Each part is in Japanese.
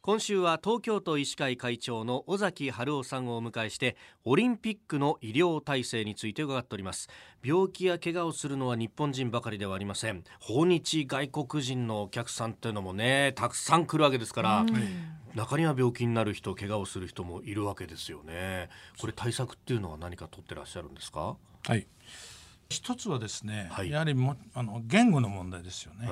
今週は東京都医師会会長の尾崎治夫さんをお迎えしてオリンピックの医療体制について伺っております。病気や怪我をするのは日本人ばかりではありません。訪日外国人のお客さんっていうのもねたくさん来るわけですから、中には病気になる人怪我をする人もいるわけですよね。これ対策っていうのは何か取ってらっしゃるんですか？ はい、一つはですね、やはり言語の問題ですよね。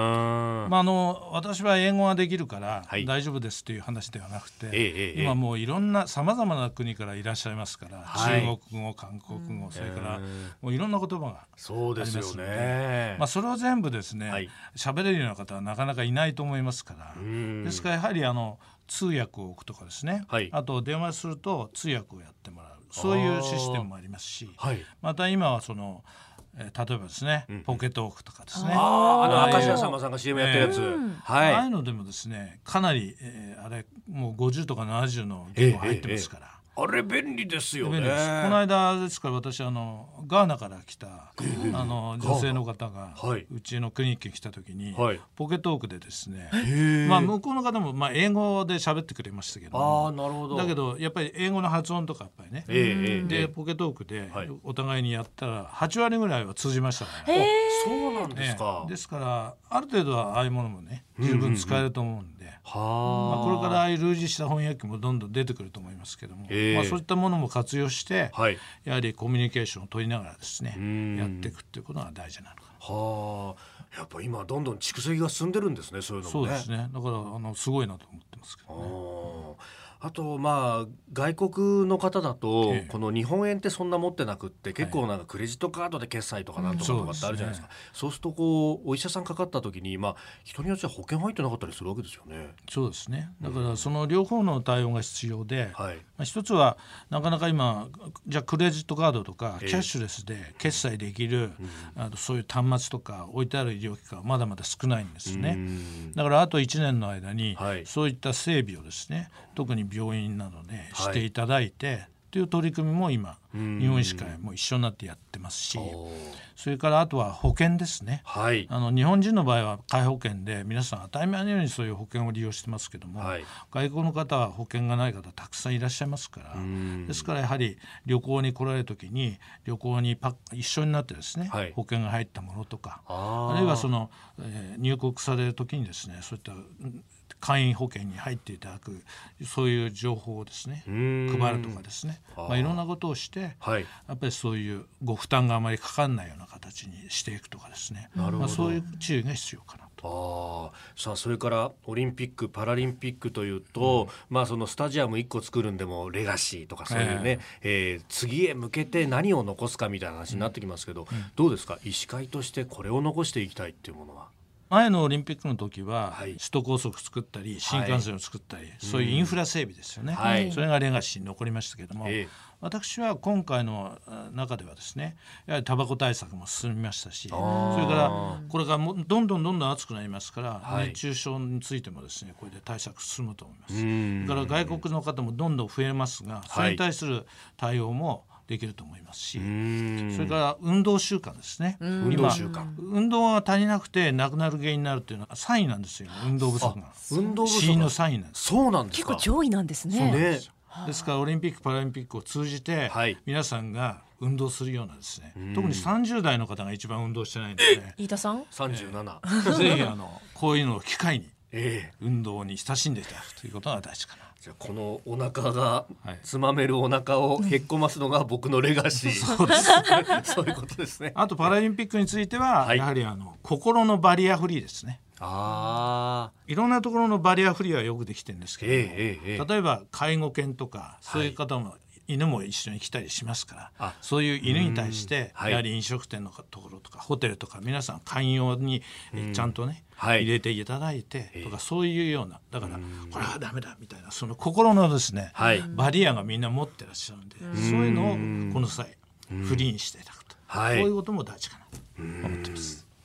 私は英語ができるから大丈夫ですという話ではなくて、今もういろんなさまざまな国からいらっしゃいますから、中国語、韓国語、それからもういろんな言葉がありますので、それを全部ですね喋れるような方はなかなかいないと思いますから、ですからやはり通訳を置くとかですね、あと電話すると通訳をやってもらう、そういうシステムもありますし、また今は例えばですね、ポケトークとかですね、 明石家さんまさんが CM やってるやつ、 ああいうのでもですねかなり、あれもう50とか70の言語入ってますから、 あれ便利ですよね。 この間ですから私ガーナから来た女性の方がうちのクリニックに来た時に、ポケトークでですね、向こうの方も英語で喋ってくれましたけど、 なるほど。 だけどやっぱり英語の発音とかやっぱりね、でポケトークでお互いにやったら8割ぐらいは通じましたからね。 そうなんですか。 ですからある程度はああいうものもね十分使えると思うんで、これからああいう類似した翻訳機もどんどん出てくると思いますけども、そういったものも活用して、やはりコミュニケーションを取りながらですねやっていくっていうことが大事なのかな。 やっぱ今どんどん蓄積が進んでるんですね、そういうのもね。 そうですね、だからすごいなと思ってますけどね。 あと外国の方だと、この日本円ってそんな持ってなくって結構なんかクレジットカードで決済とかなんとかとかってあるじゃないですか。そうするとお医者さんかかった時に人によっては保険入ってなかったりするわけですよね。 そうですね、だからその両方の対応が必要で、一つはなかなか今じゃあクレジットカードとかキャッシュレスで決済できる、そういう端末とか置いてある医療機関はまだまだ少ないんですね。だからあと1年の間に、そういった整備をですね特に病院などでしていただいて、という取り組みも今日本医師会も一緒になってやってますし、それからあとは保険ですね、日本人の場合は皆保険で皆さん当たり前のようにそういう保険を利用してますけども、外国の方は保険がない方たくさんいらっしゃいますから、ですからやはり旅行に来られる時に旅行に一緒になってですね、保険が入ったものとか、あるいは入国される時にですねそういった簡易保険に入っていただく、そういう情報をですね配るとかですね、いろんなことをして、やっぱりそういうご負担があまりかかんないような形にしていくとかですね、そういう注意が必要かなと。 さあそれからオリンピック・パラリンピックというと、そのスタジアム1個作るんでもレガシーとかそういうね、次へ向けて何を残すかみたいな話になってきますけど、どうですか、医師会としてこれを残していきたいっていうものは。 前のオリンピックの時は、首都高速作ったり新幹線を作ったり、そういうインフラ整備ですよね、それがレガシーに残りましたけども、私は今回の中ではですねやはりタバコ対策も進みましたし、それからこれがどんどん暑くなりますから、熱中症についてもですねこれで対策進むと思います。それから外国の方もどんどん増えますが、それに対する対応もできると思いますし、それから運動習慣ですね。今運動が足りなくて亡くなる原因になるというのは3位なんですよ、運動不足が。死因の3位なんです。 そうなんですか。 結構上位なんですね。 そうなんですよ。ですからオリンピック・パラリンピックを通じて、皆さんが運動するようなですね、特に30代の方が一番運動してないので、 飯田さん 37、 ぜひこういうのを機会に運動に親しんでいただくということが大事かな。 じゃあこのお腹がつまめるお腹をへっこますのが僕のレガシー、そうですそういうことですね。 あとパラリンピックについては、やはり心のバリアフリーですね。いろんなところのバリアフリーはよくできてるんですけども、例えば介護犬とかそういう方も、犬も一緒に来たりしますから、そういう犬に対してやはり飲食店のところとかホテルとか皆さん寛容にちゃんとね入れていただいてとか、そういうような、だからこれはダメだみたいなその心のですねバリアがみんな持ってらっしゃるんで、そういうのをこの際フリーにしていただくと、こういうことも大事かなと思ってます。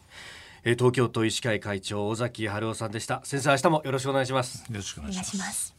東京都医師会会長尾崎治夫さんでした。先生、明日もよろしくお願いします。 よろしくお願いします。